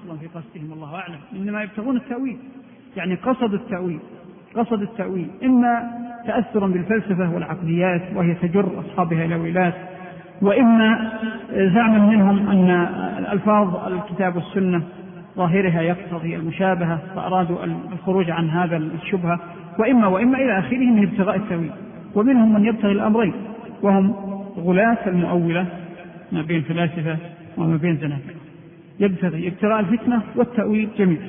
أصلا في قصدهم، الله أعلم، إنما يبتغون التأويل، يعني قصد التأويل إما تأثرا بالفلسفة والعقليات وهي تجر أصحابها إلى ويلات، وإما زعما منهم أن الألفاظ الكتاب والسنة ظاهرها يقتضي المشابهة فأرادوا الخروج عن هذا الشبهة، وإما إلى آخره من ابتغاء التأويل. ومنهم من يبتغي الأمرين وهم غلاة المؤولة ما بين فلاسفة وما بين زنادقة، يبتغي ابتغاء الفتنة والتأويل جميعا.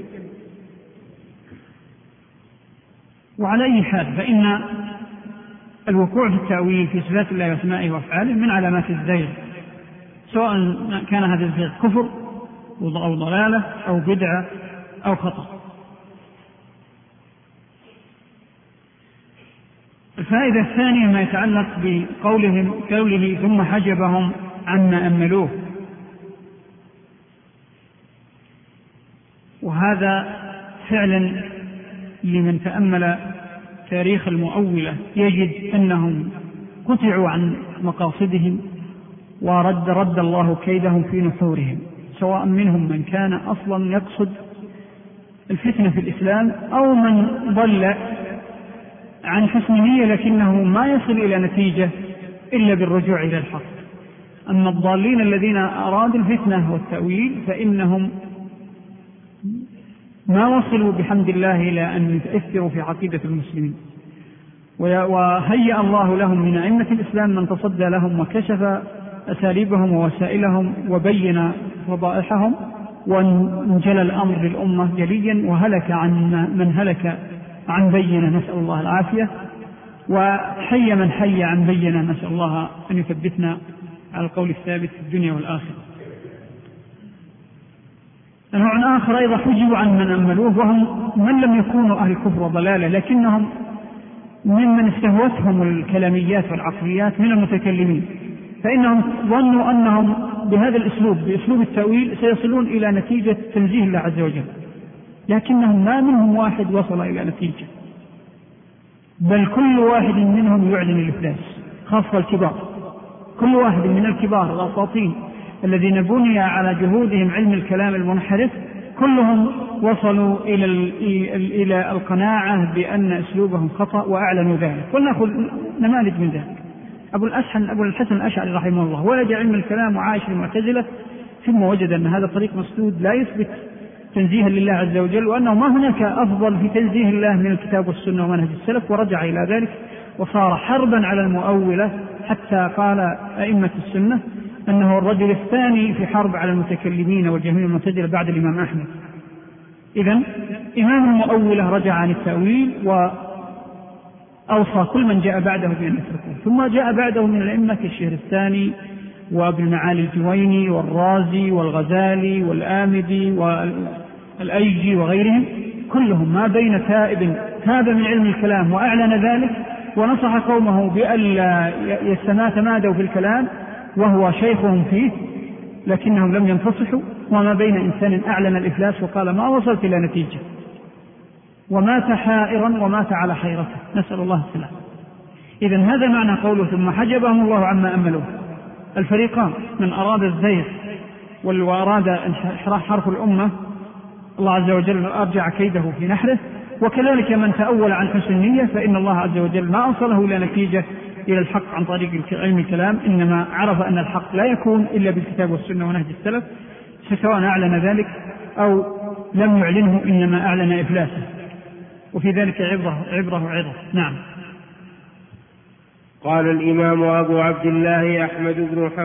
وعلى أي حال فإن الوقوع في التأويل في صفات الله وأسمائه وأفعاله من علامات الزيغ، سواء كان هذا الزيغ كفر أو ضلالة أو بدعة أو خطأ. الفائدة الثانية ما يتعلق بقوله ثم حجبهم عما أملوه، وهذا فعلا لمن تأمل تاريخ المؤولة يجد أنهم قطعوا عن مقاصدهم ورد الله كيدهم في نحورهم، سواء منهم من كان أصلا يقصد الفتنة في الإسلام أو من ضل عن حسن نية لكنه ما يصل إلى نتيجة إلا بالرجوع إلى الحق. أما الضالين الذين أرادوا الفتنة والتأويل فإنهم ما وصلوا بحمد الله إلى أن يتأثروا في عقيدة المسلمين، وهيأ الله لهم من أئمة الإسلام من تصدى لهم وكشف أساليبهم ووسائلهم وبين فضائحهم، وانجلى الأمر للأمة جليا، وهلك عن من هلك عن بينة، نسأل الله العافية، وحي من حي عن بينة، نسأل الله أن يثبتنا على القول الثابت في الدنيا والآخرة. نوع آخر أيضا حجبوا عن من أملوه، وهم من لم يكونوا أهل كفر وضلالة لكنهم ممن استهوتهم الكلاميات والعقليات من المتكلمين، فإنهم ظنوا أنهم بهذا الأسلوب، بأسلوب التأويل، سيصلون إلى نتيجة تنزيه الله عز وجل، لكنهم ما منهم واحد وصل إلى نتيجة، بل كل واحد منهم يعلن الإفلاس، خاصة الكبار. كل واحد من الكبار الأساطين الذين بني على جهودهم علم الكلام المنحرف كلهم وصلوا إلى القناعة بأن أسلوبهم خطأ وأعلنوا ذلك. ولنأخذ نماذج من ذلك. أبو الحسن الأشعري رحمه الله ولد علم الكلام وعاش في المعتزلة، ثم وجد أن هذا طريق مسدود لا يثبت تنزيها لله عز وجل، وأنه ما هناك أفضل في تنزيه الله من الكتاب والسنة ومنهج السلف، ورجع إلى ذلك وصار حربا على المؤولة، حتى قال أئمة السنة أنه الرجل الثاني في حرب على المتكلمين والجهمية المعتزلة بعد الإمام أحمد. إذن إمام المؤولة رجع عن التأويل وأوصى كل من جاء بعده بأن يتركوه. ثم جاء بعده من الأئمة الشهرستاني وابن معالي الجويني والرازي والغزالي والآمدي والأيجي وغيرهم، كلهم ما بين تاب من علم الكلام وأعلن ذلك ونصح قومه بألا يتمادوا في الكلام وهو شيخهم فيه، لكنهم لم ينتصحوا. وما بين إنسان أعلن الإفلاس وقال ما وصلت إلى نتيجة، ومات حائرا ومات على حيرته، نسأل الله السلام. إذن هذا معنى قوله ثم حجبهم الله عما أملوه. الفريقان، من أراد الزيغ وأراد إحراح حرف الأمة، الله عز وجل أرجع كيده في نحره، وكذلك من تأول عن حسن النية فإن الله عز وجل ما أوصله إلى نتيجة إلى الحق عن طريق علم الكلام، إنما عرف أن الحق لا يكون إلا بالكتاب والسنة ونهج السلف، سواء أعلن ذلك أو لم يعلنه، إنما أعلن إفلاسه، وفي ذلك عبرة. نعم. قال الإمام أبو عبد الله أحمد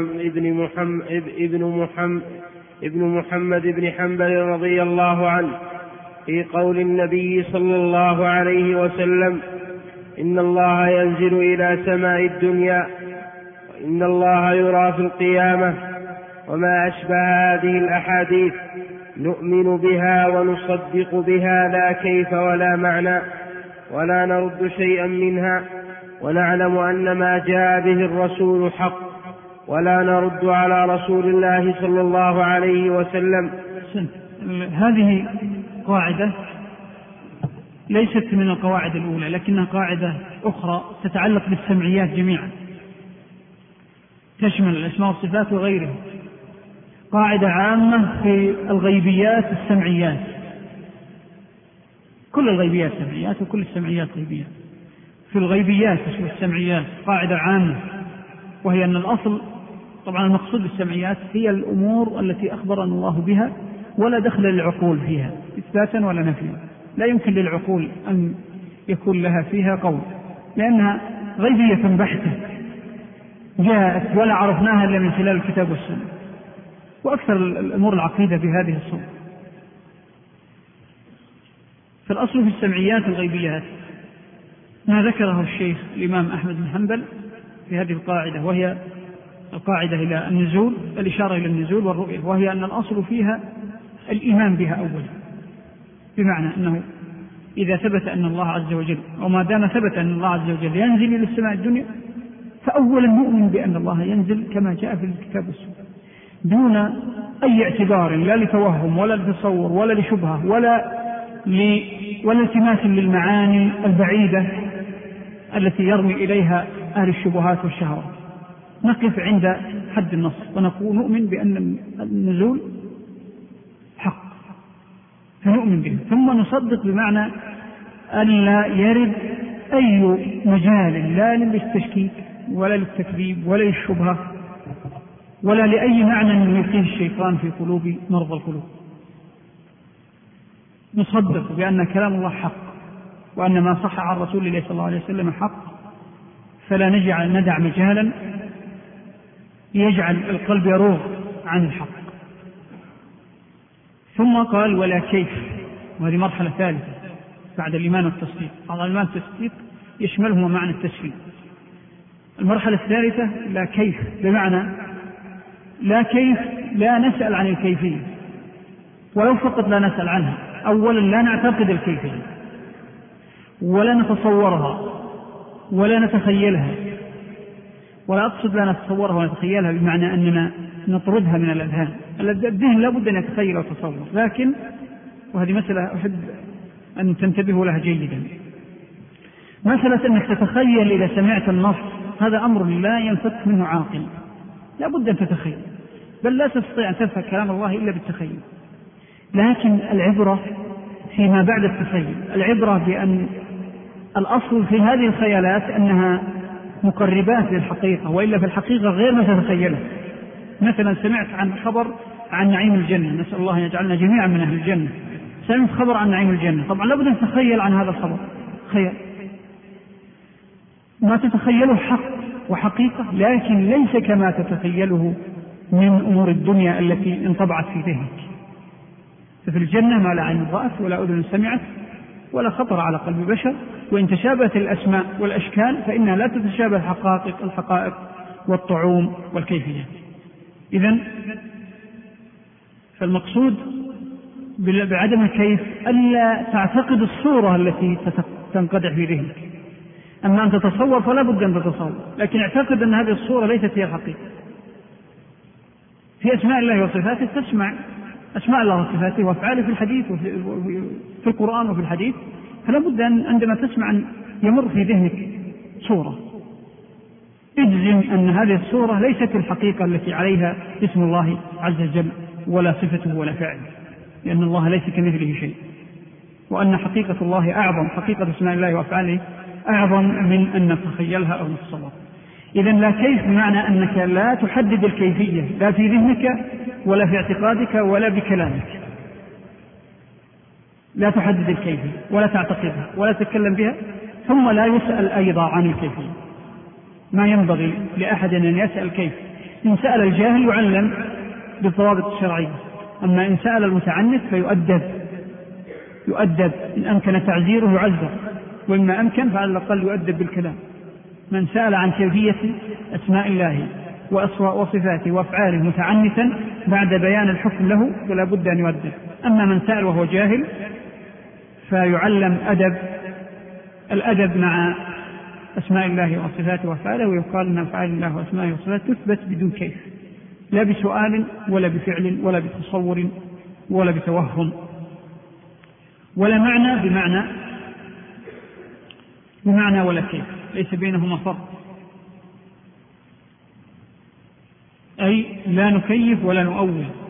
ابن محمد بن حنبل رضي الله عنه في قول النبي صلى الله عليه وسلم: إن الله ينزل إلى سماء الدنيا، وإن الله يرى في القيامة، وما أشبه هذه الأحاديث نؤمن بها ونصدق بها لا كيف ولا معنى، ولا نرد شيئا منها، ونعلم أن ما جاء به الرسول حق، ولا نرد على رسول الله صلى الله عليه وسلم. هذه قاعدة ليست من القواعد الأولى، لكنها قاعدة أخرى تتعلق بالسمعيات جميعا، تشمل الأسماء والصفات وغيرها. قاعدة عامة في الغيبيات السمعيات، كل الغيبيات سمعيات وكل السمعيات غيبيات. في الغيبيات والسمعيات قاعدة عامة، وهي أن الأصل، طبعا المقصود بالسمعيات هي الأمور التي أخبرنا الله بها ولا دخل للعقول فيها إثباتا ولا نفيا، لا يمكن للعقول أن يكون لها فيها قول، لأنها غيبية بحتة جاءت ولا عرفناها إلا من خلال الكتاب والسنة، وأكثر الأمور العقيدة بهذه الصورة. فالأصل في السمعيات الغيبيات ما ذكره الشيخ الإمام أحمد بن حنبل في هذه القاعدة، وهي القاعدة إلى النزول، الإشارة إلى النزول والرؤية، وهي أن الأصل فيها الإيمان بها أولا، بمعنى أنه إذا ثبت أن الله عز وجل، وما دام ثبت أن الله عز وجل ينزل إلى السماء الدنيا، فأولا نؤمن بأن الله ينزل كما جاء في الكتاب والسنة دون أي اعتبار، لا لتوهم ولا لتصور ولا لشبهة ولا التماس للمعاني البعيدة التي يرمي إليها أهل الشبهات والشهوات. نقف عند حد النص ونقول نؤمن بأن النزول حق فنؤمن به، ثم نصدق بمعنى أن لا يرد أي مجال لا للتشكيك ولا للتكذيب ولا للشبهة ولا لأي معنى يلقيه الشيطان في قلوب مرضى القلوب. نصدق بأن كلام الله حق، وأن ما صح عن رسول الله صلى الله عليه وسلم حق، فلا ندع مجالا يجعل القلب يروغ عن الحق. ثم قال ولا كيف، وهذه مرحلة ثالثة بعد الإيمان والتصديق. هذا الإيمان والتصديق يشملهما معنى التسليم. المرحلة الثالثة لا كيف، بمعنى لا كيف لا نسأل عن الكيفية، ولو فقط لا نسأل عنها. أولا لا نعتقد الكيفية ولا نتصورها ولا نتخيلها، ولا أقصد لا نتصورها ونتخيلها بمعنى أننا نطردها من الأذهان. الذهن لا بد أن يتخيل وتصور، لكن وهذه مسألة أحب أن تنتبهوا لها جيدا، مسألة أنك تتخيل إذا سمعت النص، هذا أمر لا ينفك منه عاقل، لا بد أن تتخيل، بل لا تستطيع أن تفهم كلام الله إلا بالتخيل. لكن العبرة فيما بعد التخيل، العبرة بأن الأصل في هذه الخيالات أنها مقربات للحقيقة، وإلا في الحقيقة غير ما تتخيله. مثلا سمعت عن خبر عن نعيم الجنة، نسأل الله أن يجعلنا جميعا من أهل الجنة، سمعت خبر عن نعيم الجنة، طبعا لابد أن تتخيل عن هذا الخبر خيال، ما تتخيله حق وحقيقة، لكن ليس كما تتخيله من أمور الدنيا التي انطبعت في ذهنك. ففي الجنة ما لا عين رأت ولا أذن سمعت ولا خطر على قلب بشر، وإن تشابهت الأسماء والأشكال فإنها لا تتشابه الحقائق والطعوم والكيفيات. إذن فالمقصود بعدم الكيف ألا تعتقد الصورة التي تنقدح في ذهنك. أما أن تتصور فلا بد أن تتصور، لكن اعتقد أن هذه الصورة ليست هي الحقيقة. في أسماء الله وصفاته تسمع أسماء الله وصفاته وأفعاله في الحديث وفي القرآن وفي الحديث، فلا بد أن عندما تسمع أن يمر في ذهنك صورة اجزم أن هذه الصورة ليست الحقيقة التي عليها اسم الله عز وجل ولا صفته ولا فعله، لأن الله ليس كمثله شيء، وأن حقيقة الله أعظم، حقيقة اسماء الله وأفعاله أعظم من أن نتخيلها أو نتصور. إذن لا كيف بمعنى أنك لا تحدد الكيفية لا في ذهنك ولا في اعتقادك ولا بكلامك، لا تحدد الكيفية ولا تعتقدها ولا تتكلم بها، ثم لا يسأل أيضا عن الكيفية. ما ينبغي لأحد أن يسأل كيف. إن سأل الجاهل يعلم بالضوابط الشرعية، أما إن سأل المتعنت يؤدب إن أمكن تعزيره يعزر، وإما أمكن فعلى الأقل يؤدب بالكلام. من سأل عن كيفية أسماء الله وصفاته وأفعاله متعنتا بعد بيان الحكم له فلا بد أن يؤدب. أما من سأل وهو جاهل فيعلم الأدب مع أسماء الله وصفاته وأفعاله، ويقال أن أفعال الله وأسماءه وصفاته تثبت بدون كيف، لا بسؤال ولا بفعل ولا بتصور ولا بتوهم ولا معنى بمعنى ولا كيف، ليس بينهما فرق. أي لا نكيف ولا نؤول،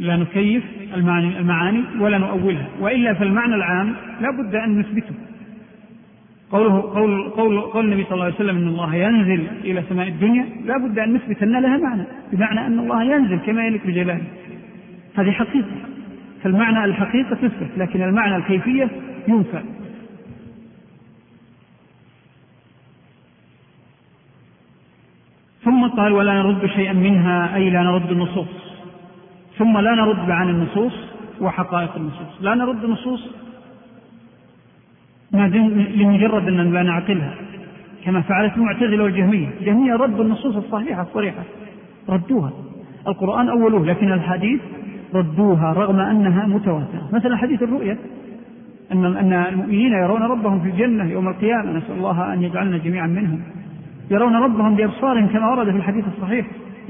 لا نكيف المعاني ولا نؤولها، وإلا فالمعنى العام لا بد أن نثبته. قول النبي صلى الله عليه وسلم إن الله ينزل إلى سماء الدنيا لا بد أن نثبت أن لها معنى، بمعنى أن الله ينزل كما يليق بجلاله، هذه حقيقة. فالمعنى الحقيقة تثبت، لكن المعنى الكيفية ينفى. ثم قال ولا نرد شيئا منها، أي لا نرد النصوص. ثم لا نرد عن النصوص وحقائق النصوص، لا نرد النصوص لمجرد أن لا نعقلها كما فعلت المعتزلة والجهمية. الجهمية ردوا النصوص الصحيحة الصريحة، ردوها. القرآن أولوه، لكن الحديث ردوها رغم أنها متواترة. مثلا حديث الرؤية، أن المؤمنين يرون ربهم في الجنة يوم القيامة، نسأل الله أن يجعلنا جميعا منهم، يرون ربهم بأبصارهم كما ورد في الحديث الصحيح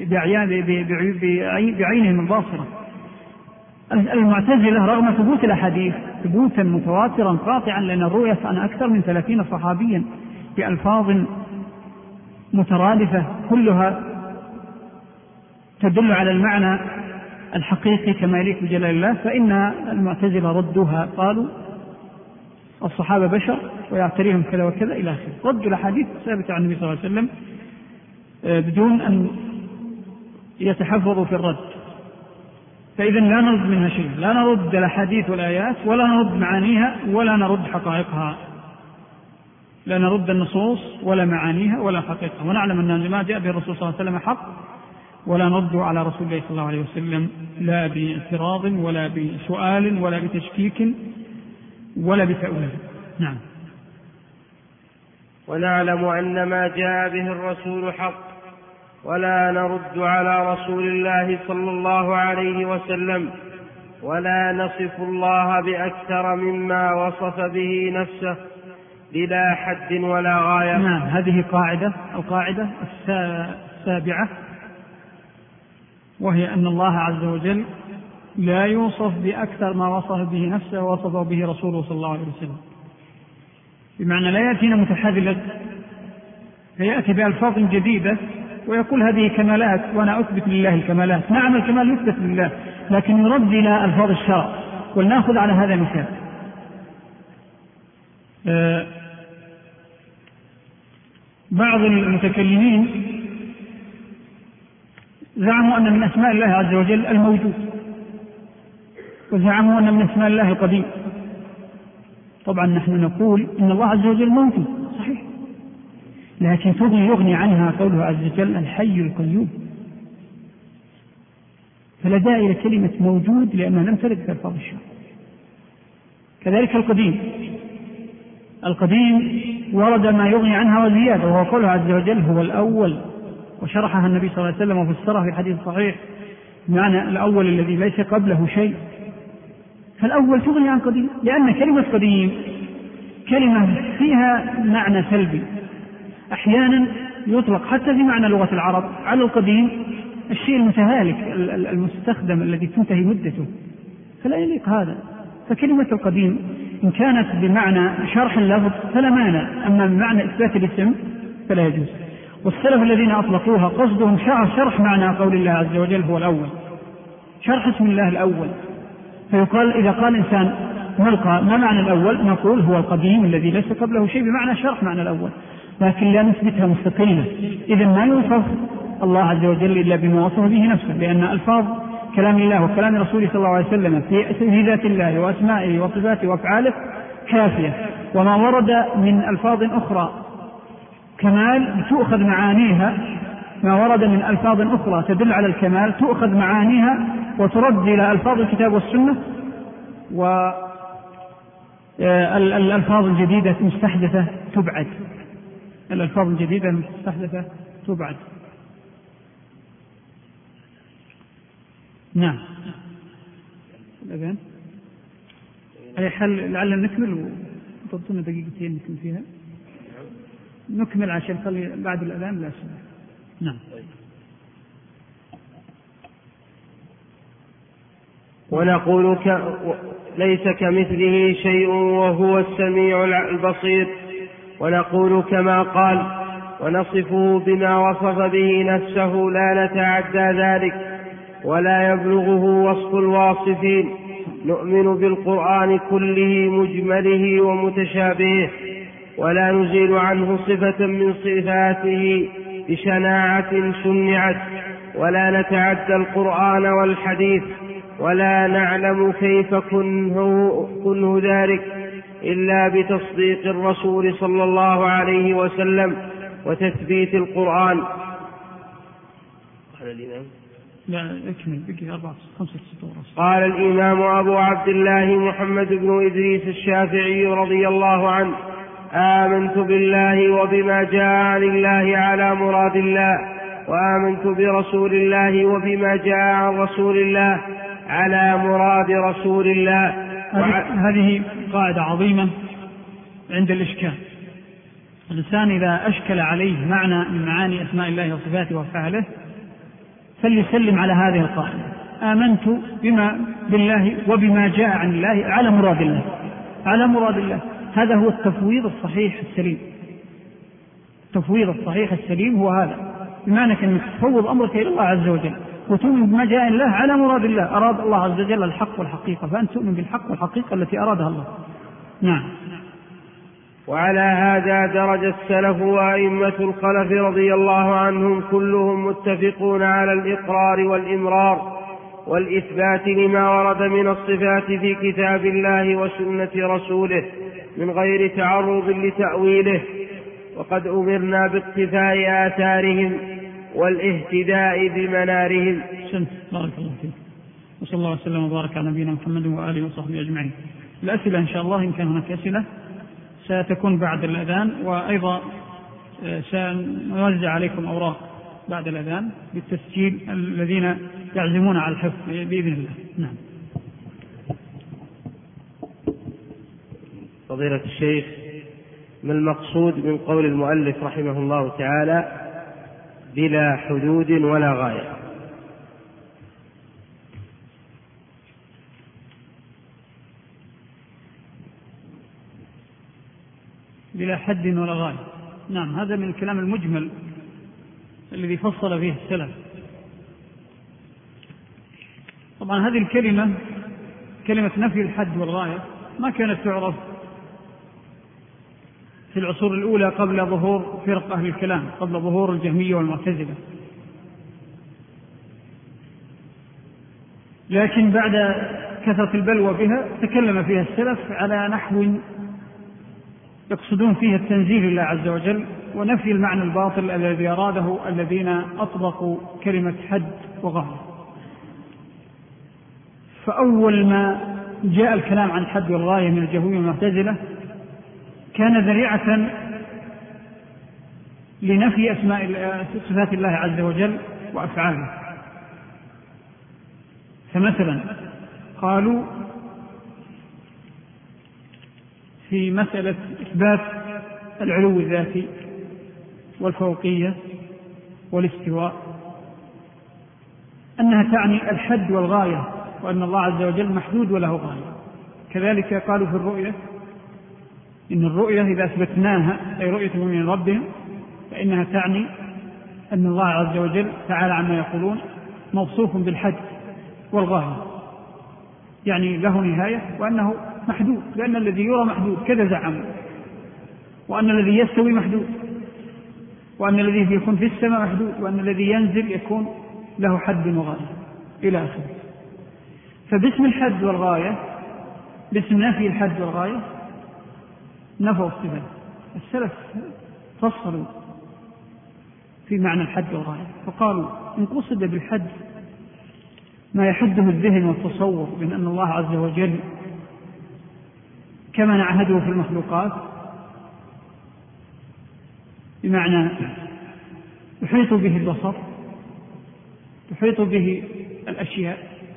بعينهم الباصرة. المعتزلة رغم ثبوت الأحاديث ثبوتا متواترا قاطعا، لأن الرؤية عن أكثر من 30 صحابيا بألفاظ مترادفة كلها تدل على المعنى الحقيقي كما يليق بجلال الله، فإن المعتزلة ردوها، قالوا الصحابة بشر ويعتريهم كذا وكذا إلى آخره، ردوا الأحاديث الثابتة عن النبي صلى الله عليه وسلم بدون أن يتحفظوا في الرد. فإذا لا نرد منها شيء، لا نرد الأحاديث والآيات ولا نرد معانيها ولا نرد حقائقها، لا نرد النصوص ولا معانيها ولا حقائقها، ونعلم أن ما جاء به الرسول صلى الله عليه وسلم حق، ولا نرد على رسول الله صلى الله عليه وسلم لا باعتراض ولا بسؤال ولا بتشكيك ولا بتأويل. نعم. ونعلم أن ما جاء به الرسول حق، ولا نرد على رسول الله صلى الله عليه وسلم، ولا نصف الله بأكثر مما وصف به نفسه بلا حد ولا غاية. نعم، هذه القاعدة السابعة، وهي أن الله عز وجل لا يوصف بأكثر ما وصف به نفسه ووصفه به رسوله صلى الله عليه وسلم، بمعنى لا يأتينا متحذلة فيأتي بألفاظ جديدة ويقول هذه كمالات وأنا أثبت لله الكمالات. نعم، الكمال يثبت لله، لكن يرد إلى ألفاظ الشرع. ولنأخذ على هذا مثال. بعض المتكلمين زعموا أن من أسماء الله عز وجل الموجود، وزعموا أن من أسماء الله القديم. طبعا نحن نقول إن الله عز وجل موجود صحيح، لكن يغني عنها قوله عز وجل الحي القيوم، فلا داعي إلى كلمة موجود لأنها لم ترد في ألفاظ الشرع. كذلك القديم ورد ما يغني عنها وزيادة، وهو قوله عز وجل هو الأول، وشرحها النبي صلى الله عليه وسلم وفسرها في حديث صحيح، معنى الأول الذي ليس قبله شيء. فالأول تغني عن قديم، لأن كلمة قديم كلمة فيها معنى سلبي، أحيانا يطلق حتى في معنى لغة العرب على القديم الشيء المتهالك المستخدم الذي تنتهي مدته، فلا يليق هذا. فكلمة القديم إن كانت بمعنى شرح اللفظ فلا مانع، أما بمعنى إثبات الاسم فلا يجوز. والسلف الذين أطلقوها قصدهم شرح معنى قول الله عز وجل هو الأول، شرح اسم الله الأول. فيقال إذا قال إنسان ما معنى الأول، نقول هو القديم الذي ليس قبله شيء، بمعنى شرح معنى الأول، لكن لا نثبتها مستقيمة. إذن ما يوصف الله عز وجل إلا بما وصف به نفسه، لأن ألفاظ كلام الله وكلام رسوله صلى الله عليه وسلم في ذات الله وأسمائه وصفاته وأفعاله كافية. وما ورد من ألفاظ أخرى كمال تؤخذ معانيها، ما ورد من ألفاظ أخرى تدل على الكمال تؤخذ معانيها وترد إلى ألفاظ الكتاب والسنة، والألفاظ الجديدة المستحدثة تبعد. الألفاظ الجديدة المستحدثة تبعد. نعم. الأذان أي حل، لعل نكمل وتضطن دقيقتين نكمل فيها، نكمل عشان نخلي بعد الأذان لا سنة. نعم. ونقول ليس كمثله شيء وهو السميع البصير، ونقول كما قال ونصفه بما وصف به نفسه لا نتعدى ذلك، ولا يبلغه وصف الواصفين. نؤمن بالقرآن كله مجمله ومتشابهه، ولا نزيل عنه صفة من صفاته بشناعة شنعت، ولا نتعدى القرآن والحديث، ولا نعلم كيف كنه ذلك إلا بتصديق الرسول صلى الله عليه وسلم وتثبيت القرآن. قال الإمام أبو عبد الله محمد بن إدريس الشافعي رضي الله عنه: آمنت بالله وبما جاء عن الله على مراد الله، وآمنت برسول الله وبما جاء عن رسول الله على مراد رسول الله. هذه قاعدة عظيمة عند الإشكال. الإنسان إذا أشكل عليه معنى من معاني أسماء الله وصفاته وأفعاله فليسلم على هذه القاعدة: آمنت بالله وبما جاء عن الله على مراد الله، على مراد الله. هذا هو التفويض الصحيح السليم. التفويض الصحيح السليم هو هذا، بمعنى أنك تفوض أمرك إلى الله عز وجل وتؤمن بما جاء الله على مراد الله. أراد الله عز وجل الحق والحقيقة، فأنت تؤمن بالحق والحقيقة التي أرادها الله. نعم. وعلى هذا درج السلف وأئمة الخلف رضي الله عنهم كلهم متفقون على الإقرار والإمرار والإثبات لما ورد من الصفات في كتاب الله وسنة رسوله من غير تعرض لتأويله. وقد أمرنا باقتفاء آثارهم والاهتداء بمنارهم. بارك الله فيك، وصلى الله وسلم وبارك على نبينا محمد وآله وصحبه أجمعين. الأسئلة إن شاء الله إن كان هناك أسئلة ستكون بعد الأذان، وأيضا سنوزع عليكم أوراق بعد الأذان بالتسجيل الذين يعزمون على الحفظ بإذن الله. نعم. فضيلة الشيخ، ما المقصود من قول المؤلف رحمه الله تعالى بلا حدود ولا غاية؟ بلا حد ولا غاية. نعم، هذا من الكلام المجمل الذي فصل فيه السلف. طبعا هذه الكلمة، كلمة نفي الحد والغاية، ما كانت تعرف في العصور الأولى قبل ظهور فرق أهل الكلام، قبل ظهور الجهمية والمعتزلة، لكن بعد كثرة البلوى بها تكلم فيها السلف على نحو يقصدون فيه التنزيه لله عز وجل ونفي المعنى الباطل الذي أراده الذين أطلقوا كلمة حد وغاية. فأول ما جاء الكلام عن الحد والغاية من الجهمية والمعتزلة كان ذريعة لنفي صفات الله عز وجل وأفعاله. فمثلا قالوا في مسألة إثبات العلو الذاتي والفوقية والاستواء أنها تعني الحد والغاية، وأن الله عز وجل محدود وله غاية. كذلك قالوا في الرؤية إن الرؤية إذا أثبتناها أي رؤية من ربهم فإنها تعني أن الله عز وجل تعالى عما يقولون موصوف بالحد والغاية، يعني له نهاية وأنه محدود، لأن الذي يرى محدود كذا زعموا، وأن الذي يستوي محدود، وأن الذي يكون في السماء محدود، وأن الذي ينزل يكون له حد وغاية إلى آخره. فباسم الحد والغاية، باسم نفي الحد والغاية، نفوا الصفات. السلف فصلوا في معنى الحد والغاية فقالوا إن قصد بالحد ما يحده الذهن والتصور من أن الله عز وجل كما نعهده في المخلوقات، بمعنى يحيط به البصر، يحيط به الأشياء،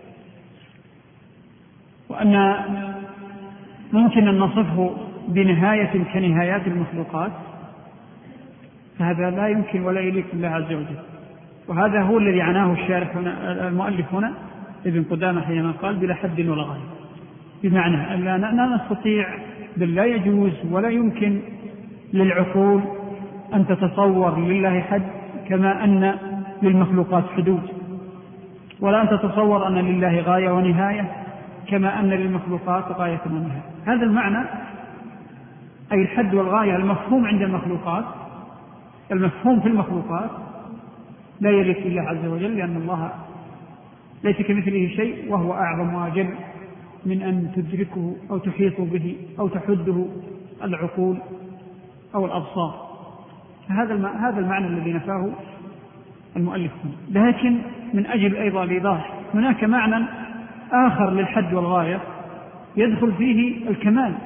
وأن ممكن أن نصفه بنهاية كنهايات المخلوقات، فهذا لا يمكن ولا يليق بالله عز وجل. وهذا هو الذي عناه الشارح هنا المؤلف هنا ابن قدامة حينما قال بلا حد ولا غاية، بمعنى أن لا نستطيع، بل لا يجوز ولا يمكن للعقول أن تتصور لله حد كما أن للمخلوقات حدود. ولا أن تتصور أن لله غاية ونهاية كما أن للمخلوقات غاية ونهاية. هذا المعنى أي الحد والغاية المفهوم عند المخلوقات، المفهوم في المخلوقات لا يليق بالله عز وجل، لأن الله ليس كمثله شيء وهو أعظم وأجل من أن تدركه أو تحيط به أو تحده العقول أو الأبصار. هذا المعنى الذي نفاه المؤلف. لكن من أجل أيضا الإيضاح هناك معنى آخر للحد والغاية يدخل فيه الكمال،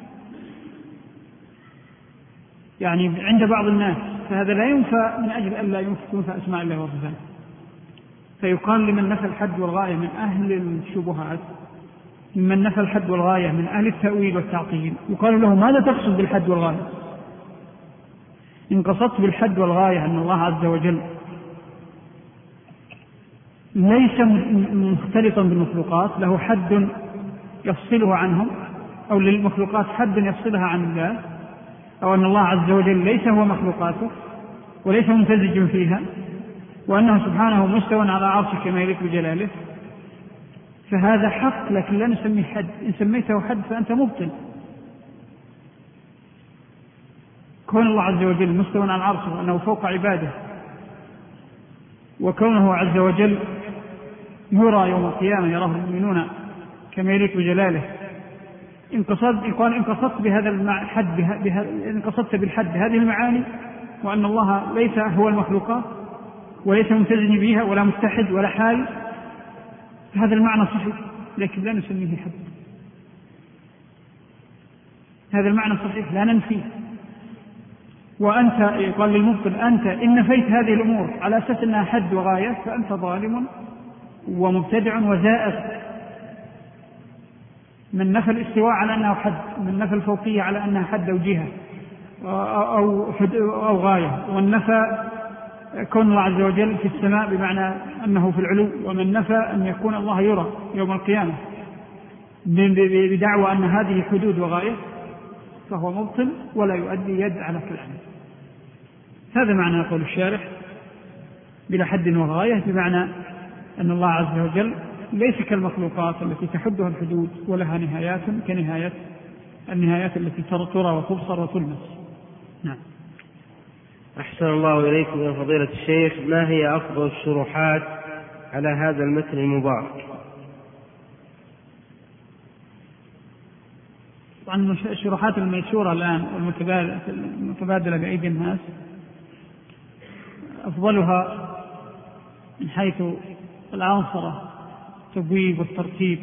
يعني عند بعض الناس، فهذا لا ينفى من أجل أن لا ينفى أسماء الله وصفاته. فيقال لمن نفى الحد والغاية من أهل الشبهات، ممن نفى الحد والغاية من أهل التأويل والتعطيل، يقال له ماذا تقصد بالحد والغاية؟ إن قصدت بالحد والغاية أن الله عز وجل ليس مختلطا بالمخلوقات، له حد يفصله عنهم، أو للمخلوقات حد يفصلها عن الله، أو أن الله عز وجل ليس هو مخلوقاته وليس ممتزج فيها، وأنه سبحانه مستوى على عرشه كما يليق بجلاله، فهذا حق، لكن لا نسميه حد. إن سميته حد فأنت مبطل. كون الله عز وجل مستوى على عرشه وأنه فوق عباده، وكونه عز وجل يرى يوم القيامة، يراه المؤمنون كما يليق بجلاله، إن قصدت بهذا الحد، إن قصدت بالحد هذه المعاني، وأن الله ليس هو المخلوقات وليس ممتزج بها ولا متحد ولا حال، هذا المعنى صحيح، لكن لا نسميه حد. هذا المعنى صحيح لا ننفيه. وأنت قال للمبطل أنت إن نفيت هذه الأمور على أساس أنها حد وغاية فأنت ظالم ومبتدع وزائر. من نفى الاستواء على أنه حد، من نفى الفوقية على أنها حد أو جهة أو غاية، ومن نفى كون الله عز وجل في السماء بمعنى أنه في العلو، ومن نفى أن يكون الله يرى يوم القيامة بدعوى أن هذه حدود وغاية، فهو مبطل ولا يؤدي يد على كلامه. هذا معنى يقول الشارح بلا حد وغاية، بمعنى أن الله عز وجل ليس كالمخلوقات التي تحدها الحدود ولها نهايات كنهاية النهايات التي ترى وتبصر وتلمس. نعم. أحسن الله إليكم يا فضيلة الشيخ، ما هي أفضل الشروحات على هذا المتن المبارك؟ طبعا الشروحات المنشورة الآن والمتبادلة بأيدي الناس أفضلها من حيث العنصرة التبويب والترتيب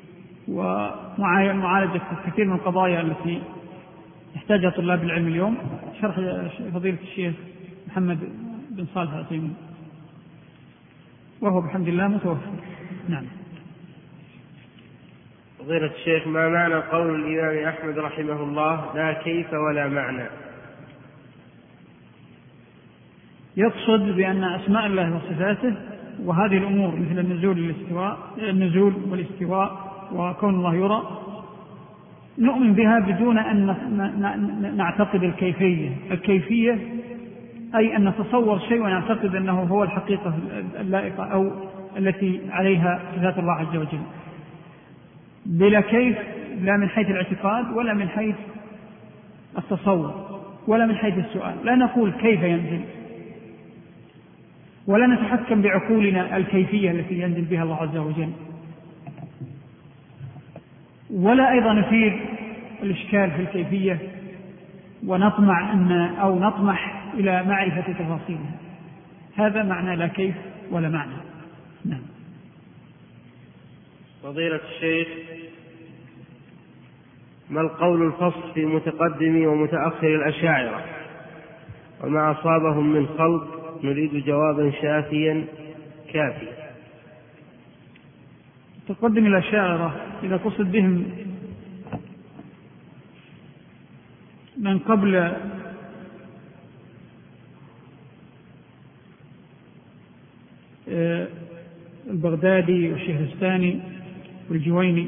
ومعالجة كثير من القضايا التي يحتاجها طلاب العلم اليوم، شرح فضيلة الشيخ محمد بن صالح العثيمين، وهو بحمد الله متوفر. نعم. فضيلة الشيخ، ما معنى قول الإمام أحمد رحمه الله لا كيف ولا معنى؟ يقصد بأن أسماء الله وصفاته وهذه الأمور مثل النزول والاستواء وكون الله يرى نؤمن بها بدون أن نعتقد الكيفية أي أن نتصور شيء ونعتقد أنه هو الحقيقة اللائقة أو التي عليها ذات الله عز وجل، بلا كيف، لا من حيث الاعتقاد ولا من حيث التصور ولا من حيث السؤال. لا نقول كيف ينزل، ولا نتحكم بعقولنا الكيفية التي ينزل بها الله عز وجل، ولا أيضا نثير الإشكال في الكيفية ونطمح إلى معرفة تفاصيلها. هذا معنى لا كيف ولا معنى. نعم. فضيلة الشيخ، ما القول الفصل في متقدم ومتأخر الأشاعرة وما أصابهم من خلط؟ نريد جوابا شافيا كافيا. متقدم الأشاعرة إذا قصد بهم من قبل البغدادي والشهرستاني والجويني،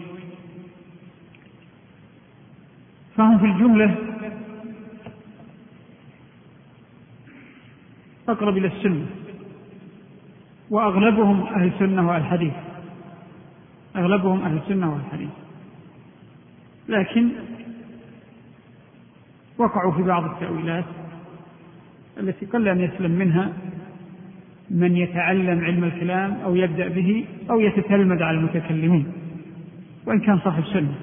فهم في الجملة أقرب إلى السنة وأغلبهم أهل السنة والحديث، أغلبهم أهل السنة والحديث، لكن وقعوا في بعض التأويلات التي قل أن يسلم منها من يتعلم علم الكلام أو يبدأ به أو يتتلمذ على المتكلمين، وإن كان صاحب سنة،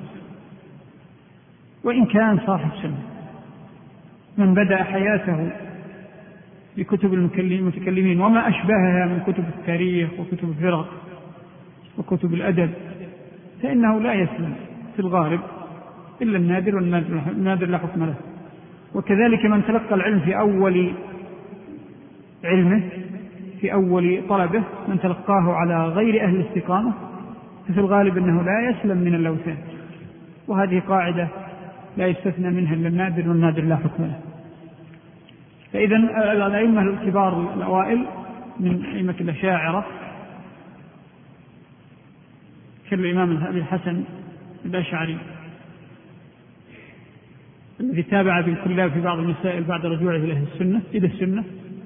وإن كان صاحب سنة. من بدأ حياته بكتب المتكلمين وما أشبهها من كتب التاريخ وكتب الفرق وكتب الأدب فإنه لا يسلم في الغالب إلا النادر، والنادر لا حكم له. وكذلك من تلقى العلم في أول علمه، في أول طلبه، من تلقاه على غير أهل الاستقامة، ففي الغالب أنه لا يسلم من اللوثان، وهذه قاعدة لا يستثنى منها إلا النادر، والنادر لا حكم له. فإذا الأئمة الكبار الأوائل من أئمة الأشاعرة كالإمام أبي الحسن الأشعري الذي تابع بالكلاب في بعض المسائل بعد رجوعه إلى إلى السنة،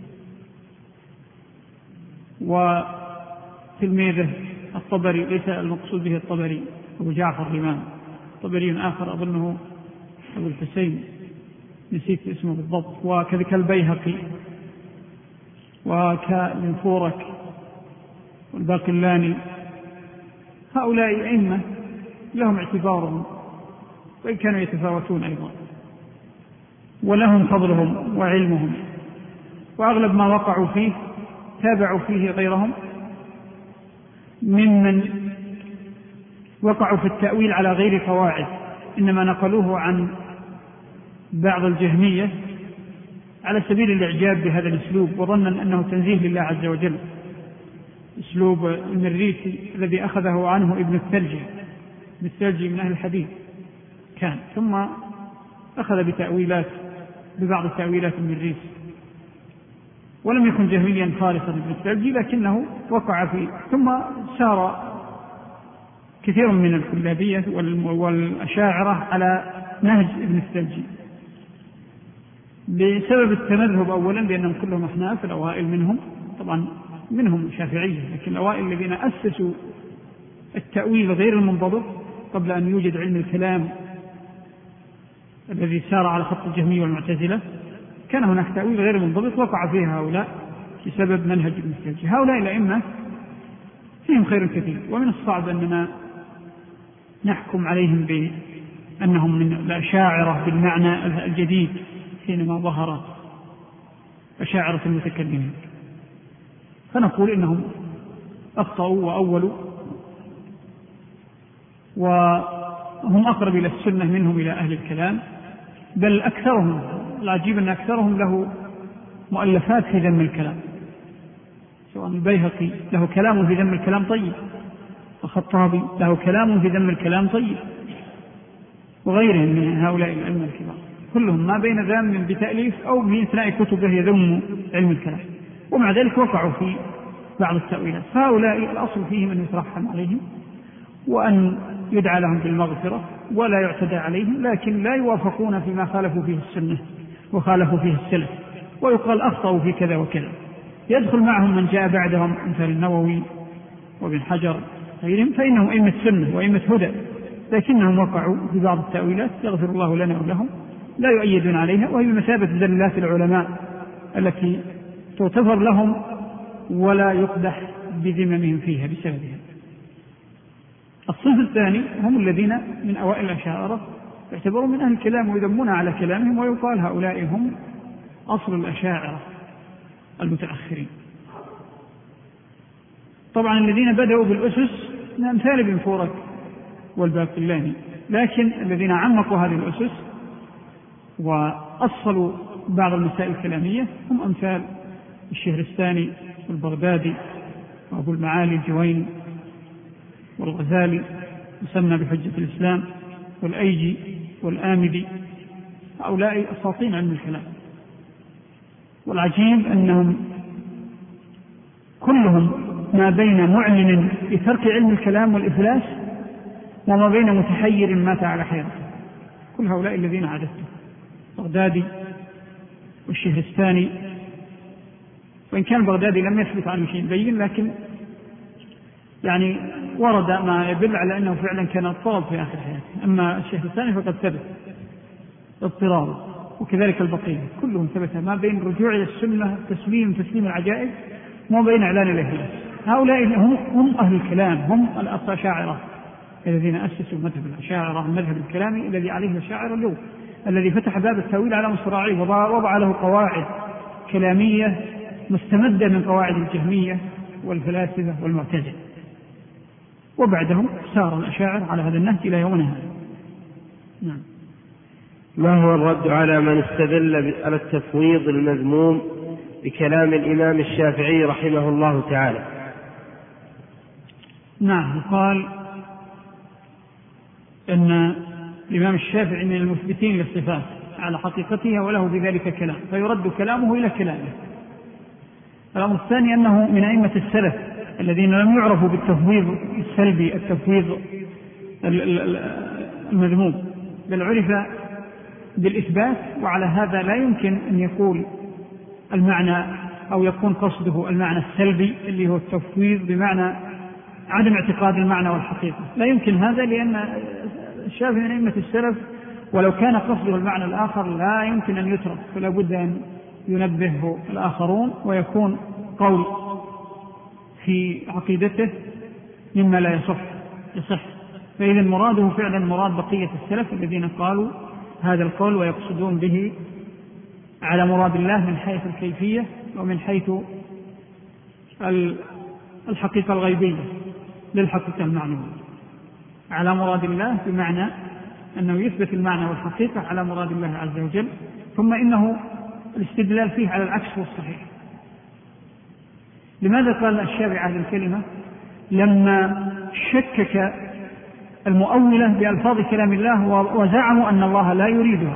وتلميذه الطبري، ليس المقصود به الطبري أبو جعفر الإمام، طبري آخر أظنه أبو الحسين، نسيت اسمه بالضبط، وكذلك البيهقي وكالفورك والباقلاني. هؤلاء أئمة لهم اعتبارهم وإن كانوا يتفاوتون أيضا، ولهم فضلهم وعلمهم، وأغلب ما وقعوا فيه تابعوا فيه غيرهم ممن وقعوا في التأويل على غير قواعد، إنما نقلوه عن بعض الجهمية على سبيل الإعجاب بهذا الأسلوب، وظنا أنه تنزيه لله عز وجل، أسلوب المريسي الذي أخذه عنه ابن الثلجي من أهل الحديث كان، ثم أخذ ببعض التأويلات المريسي، ولم يكن جهميا خالصا ابن الثلجي، لكنه وقع فيه. ثم سار كثير من الكلابية والأشاعرة على نهج ابن الثلجي بسبب التمذهب أولا، لأنهم كلهم أحناف، الأوائل منهم طبعا منهم شافعية، لكن الأوائل الذين أسسوا التأويل غير المنضبط قبل أن يوجد علم الكلام الذي سار على خط الجهمية والمعتزلة، كان هناك تأويل غير منضبط وقع فيه هؤلاء بسبب منهج ابن الثلجي. هؤلاء الأئمة فيهم خير كثير، ومن الصعب أننا نحكم عليهم بأنهم من الأشاعرة بالمعنى الجديد حينما ظهر أشاعرة المتكلمين، فنقول إنهم أخطأوا وأولوا، وهم أقرب إلى السنة منهم إلى أهل الكلام، بل أكثرهم، العجيب أن أكثرهم له مؤلفات في ذم الكلام، سواء البيهقي له كلام في ذم الكلام طيب، الخطابي له كلام في ذم الكلام طيب، وغيرهم من هؤلاء الأئمة الكبار، كلهم ما بين ذم بتأليف أو في إثناء كتبه يذم علم الكلام، ومع ذلك وقعوا في بعض التأويلات. فهؤلاء الأصل فيهم أن يترحم عليهم وأن يدعى لهم بالمغفرة ولا يعتدى عليهم، لكن لا يوافقون فيما خالفوا فيه السنة وخالفوا فيه السلف، ويقال أخطأوا في كذا وكذا. يدخل معهم من جاء بعدهم مثل النووي وابن حجر غيرهم، فإنهم أئمة سنة وأئمة هدى، لكنهم وقعوا في بعض التأويلات يغفر الله لنا ولهم لا يؤيدون عليها، وهي بمثابة زلات العلماء التي تغتفر لهم ولا يقدح بذممهم فيها بسببها. الصنف الثاني هم الذين من أوائل الأشاعرة يعتبرون من أهل الكلام ويذمون على كلامهم، ويقال هؤلاء هم أصل الأشاعرة المتأخرين. طبعا الذين بدأوا بالأسس من أمثال ابن فورك والباقلاني، لكن الذين عمقوا هذه الأسس وأصلوا بعض المسائل الكلامية هم أمثال الشهرستاني والبغدادي وأبو المعالي الجويني والغزالي يسمى بحجة الإسلام والأيجي والآمدي، هؤلاء أساطين علم الكلام. والعجيب أنهم كلهم ما بين معلن بترك علم الكلام والإفلاس وما بين متحير مات على حيرته. كل هؤلاء الذين عددتهم، بغدادي والشهرستاني وإن كان البغدادي لم يثبت عنه شيء بين، لكن يعني ورد ما يدل على أنه فعلا كان اضطراب في آخر حياته. أما الشيخ الثاني فقد ثبت اضطراب، وكذلك البقية كلهم ثبت ما بين الرجوع إلى السنة تسليم العجائز وما بين إعلان الإخلاص. هؤلاء هم أهل الكلام، هم الأشاعرة الذين أسسوا مذهب الأشاعرة، المذهب الكلامي الذي عليه الأشاعرة اليوم، الذي فتح باب التأويل على مصراعيه ووضع له قواعد كلامية مستمدة من قواعد الجهمية والفلاسفة والمعتزلة، وبعدهم سار الأشاعرة على هذا النهج إلى يومنا هذا. نعم. ما هو الرد على من استدل على التفويض المذموم بكلام الإمام الشافعي رحمه الله تعالى؟ نعم، قال أن الإمام الشافعي من المثبتين للصفات على حقيقتها وله بذلك كلام، فيرد كلامه إلى كلامه. الأمر الثاني أنه من أئمة السلف الذين لم يعرفوا بالتفويض السلبي، التفويض المذموم، بل عرف بالإثبات، وعلى هذا لا يمكن أن يقول المعنى أو يكون قصده المعنى السلبي اللي هو التفويض بمعنى عدم اعتقاد المعنى والحقيقة، لا يمكن هذا، لأن الشافعي من أئمة السلف ولو كان قصده المعنى الآخر لا يمكن أن يترك، فلا بد أن ينبهه الآخرون ويكون قول في عقيدته مما لا يصح. فإذا مراده فعلا مراد بقية السلف الذين قالوا هذا القول ويقصدون به على مراد الله من حيث الكيفية ومن حيث الحقيقة الغيبية للحقيقة المعنوية، على مراد الله بمعنى أنه يثبت المعنى والحقيقة على مراد الله عز وجل، ثم إنه الاستدلال فيه على العكس والصحيح. لماذا قال الشافعي هذه الكلمة؟ لما شكك المؤولة بألفاظ كلام الله وزعموا أن الله لا يريدها،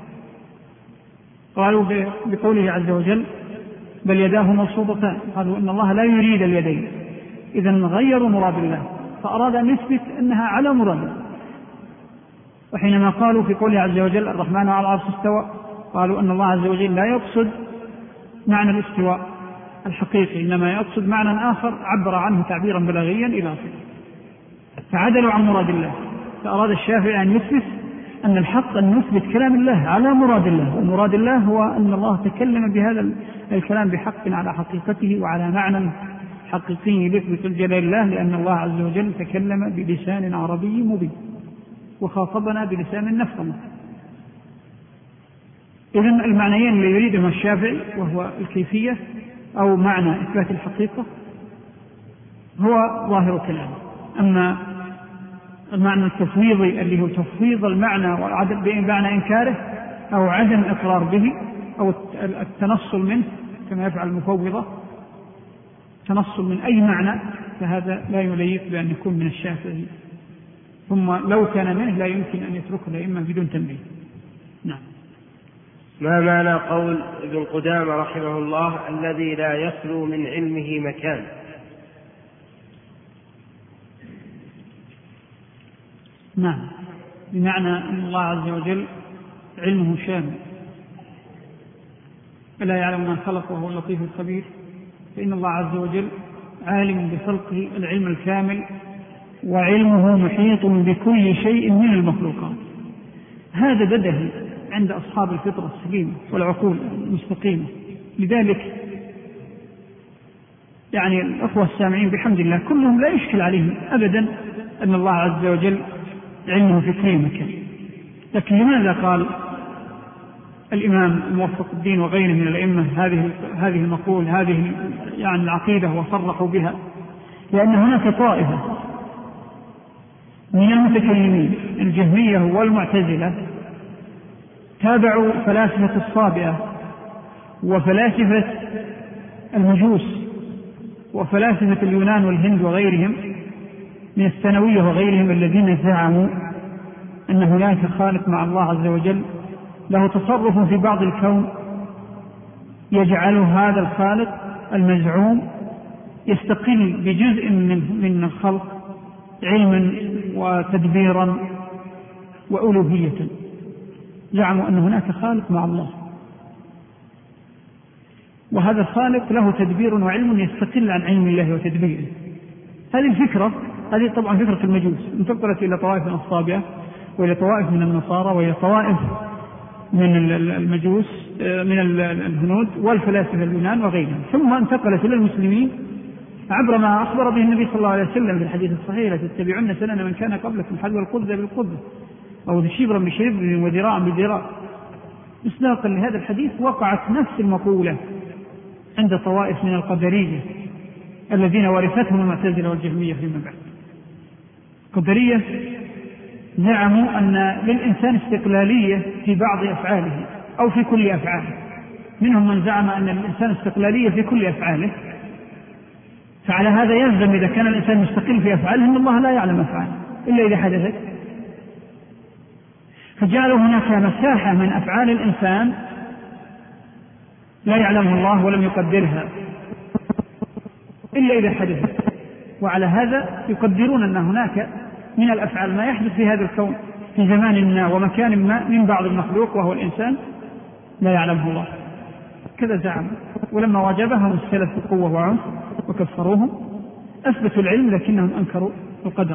قالوا بقوله عز وجل بل يداه مبسوطتان، قالوا أن الله لا يريد اليدين، إذا غيروا مراد الله، فأراد أن يثبت أنها على مراد الله. وحينما قالوا في قوله عز وجل الرحمن على العرش استوى، قالوا أن الله عز وجل لا يقصد معنى الاستواء الحقيقي، إنما يقصد معنى آخر عبر عنه تعبيرا بلاغيا إلى آخره، فعدلوا عن مراد الله. فأراد الشافعي أن يثبت أن الحق أن نثبت كلام الله على مراد الله، ومراد الله هو أن الله تكلم بهذا الكلام بحق على حقيقته وعلى معنى حقيقي يثبت الجلال الله، لأن الله عز وجل تكلم بلسان عربي مبين وخاطبنا بلسان نفهمه. إذن المعنيين اللي يريدهما الشافعي وهو الكيفية أو معنى إثبات الحقيقة هو ظاهر كلامه. أما المعنى التفويضي اللي هو تفويض المعنى بمعنى إنكاره أو عدم إقرار به أو التنصل منه كما يفعل المفوضة، تنصل من أي معنى، فهذا لا يليق بأن يكون من الشافعي، ثم لو كان منه لا يمكن أن يتركه الأئمة بدون تنبيه. نعم. ما معنى قول ابن قدامة رحمه الله الذي لا يخلو من علمه مكان؟ نعم، بمعنى أن الله عز وجل علمه شامل، ألا يعلم من خلق وهو اللطيف الخبير، فإن الله عز وجل عالم بخلقه العلم الكامل، وعلمه محيط بكل شيء من المخلوقات. هذا بدهي عند أصحاب الفطرة السليمة والعقول المستقيمة. لذلك يعني الأخوة السامعين بحمد الله كلهم لا يشكل عليهم أبدا أن الله عز وجل علمه في كل مكان. لكن لماذا قال الإمام الموفق الدين وغيره من الأئمة هذه المقول، هذه يعني العقيدة وصرحوا بها؟ لأن هناك طائفة من المتكلمين الجهمية والمعتزلة تابعوا فلاسفة الصابئة وفلاسفة المجوس وفلاسفة اليونان والهند وغيرهم من الثانوية وغيرهم، الذين زعموا أن هناك خالق مع الله عز وجل له تصرف في بعض الكون يجعل هذا الخالق المزعوم يستقل بجزء من الخلق علما وتدبيرا وألوهية. زعموا أن هناك خالق مع الله، وهذا الخالق له تدبير وعلم يستقل عن علم الله وتدبيره. هذه الفكرة، هذه طبعا فكرة المجوس، انتقلت إلى طوائف الصابئة وإلى طوائف من النصارى وإلى طوائف من المجوس من الهنود والفلاسفة اليونان وغيرهم، ثم انتقلت إلى المسلمين عبر ما أخبر به النبي صلى الله عليه وسلم في الحديث الصحيح: لتتبعن سنن من كان قبلكم حذو القذة بالقذة أو شبرا بشبر وذراعا بذراع. مصداقا لهذا الحديث وقعت نفس المقولة عند طوائف من القدرية الذين ورثتهم المعتزلة والجهمية فيما بعد. القدرية زعموا أن للإنسان استقلالية في بعض أفعاله أو في كل أفعاله. منهم من زعم أن للإنسان استقلالية في كل أفعاله، فعلى هذا يلزم إذا كان الإنسان مستقل في أفعاله أن الله لا يعلم أفعاله إلا إذا حدثت، فجعلوا هناك مساحة من أفعال الإنسان لا يعلمها الله ولم يقدرها إلا إذا حدثت. وعلى هذا يقدرون أن هناك من الأفعال ما يحدث في هذا الكون في زمان ما ومكان ما من بعض المخلوق وهو الإنسان لا يعلمه الله، كذا زعم. ولما واجبهم السلف بقوة وعنف وكفروهم أثبتوا العلم لكنهم أنكروا القدر.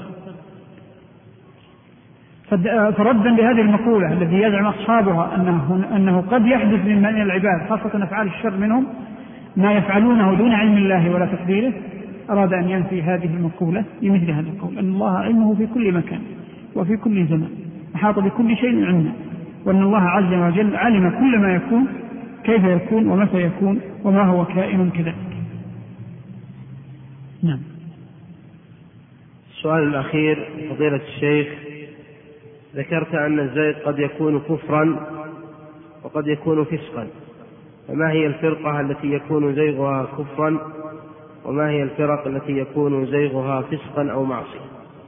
فردا لهذه المقولة الذي يزعم أصحابها أنه قد يحدث من العباد خاصة أفعال الشر منهم ما يفعلونه دون علم الله ولا تقديره، أراد أن ينفي هذه المقولة بمثل هذا القول: أن الله علمه في كل مكان وفي كل زمان، أحاط بكل شيء علما، وأن الله عز وجل علم كل ما يكون كيف يكون ومتى يكون وما هو كائن كذلك. نعم. السؤال الأخير: فضيلة الشيخ، ذكرت أن الزيغ قد يكون كفرا وقد يكون فسقا، فما هي الفرقة التي يكون زيغها كفرا وما هي الفرق التي يكون زيغها فسقا أو معصية؟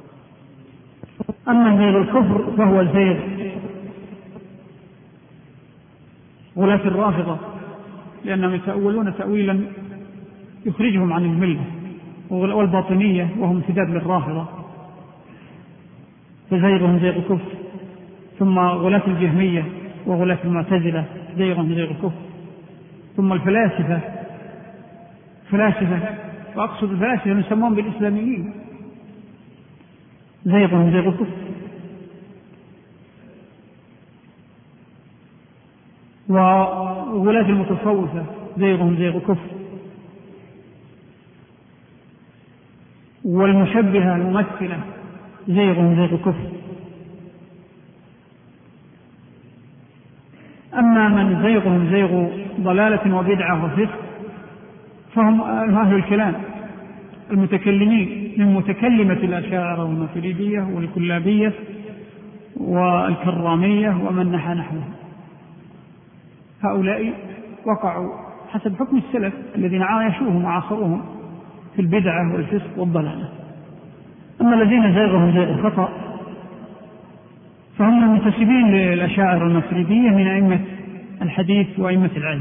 أما زيغ الكفر فهو الزيغ غلاة الرافضة، لأنهم يتأولون تأويلا يخرجهم عن الملة، والباطنية وهم امتداد للرافضة فزيغهم زيغ كفر. ثم غلاة الجهمية وغلاة المعتزلة زيغهم زيغ كفر. ثم الفلاسفة وأقصد الفلاسفة يسمون بالإسلاميين زيغهم زيغ كفر. وغلاة المتصوفة زيغهم زيغ كفر. والمشبهة الممثلة زيغهم زيغ كفر. أما من زيغهم زيغ ضلالة وبدعة وفسق فهم أهل الكلام المتكلمين من متكلمة الأشاعرة والماتريدية والكلابية والكرامية ومن نحى نحوهم. هؤلاء وقعوا حسب حكم السلف الذين عايشوهم وعاصروهم في البدعة والفسق والضلالة. أما الذين زيغهم زيغ خطأ فهم المنتسبين للأشاعرة الماتريدية من أئمة الحديث وأئمة العلم.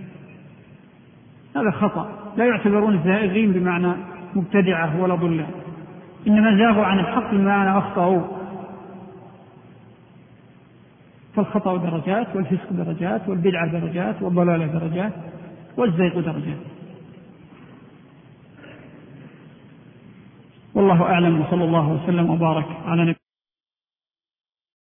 هذا خطأ، لا يعتبرون الزائغين بمعنى مبتدعة ولا ضلال، إنما زاغوا عن الحق بمعنى أخطأوا. فالخطأ درجات، والفسق درجات، والبدعة درجات، والضلالة درجات، والزيغ درجات. والله أعلم، وصلى الله وسلم وبارك على نبينا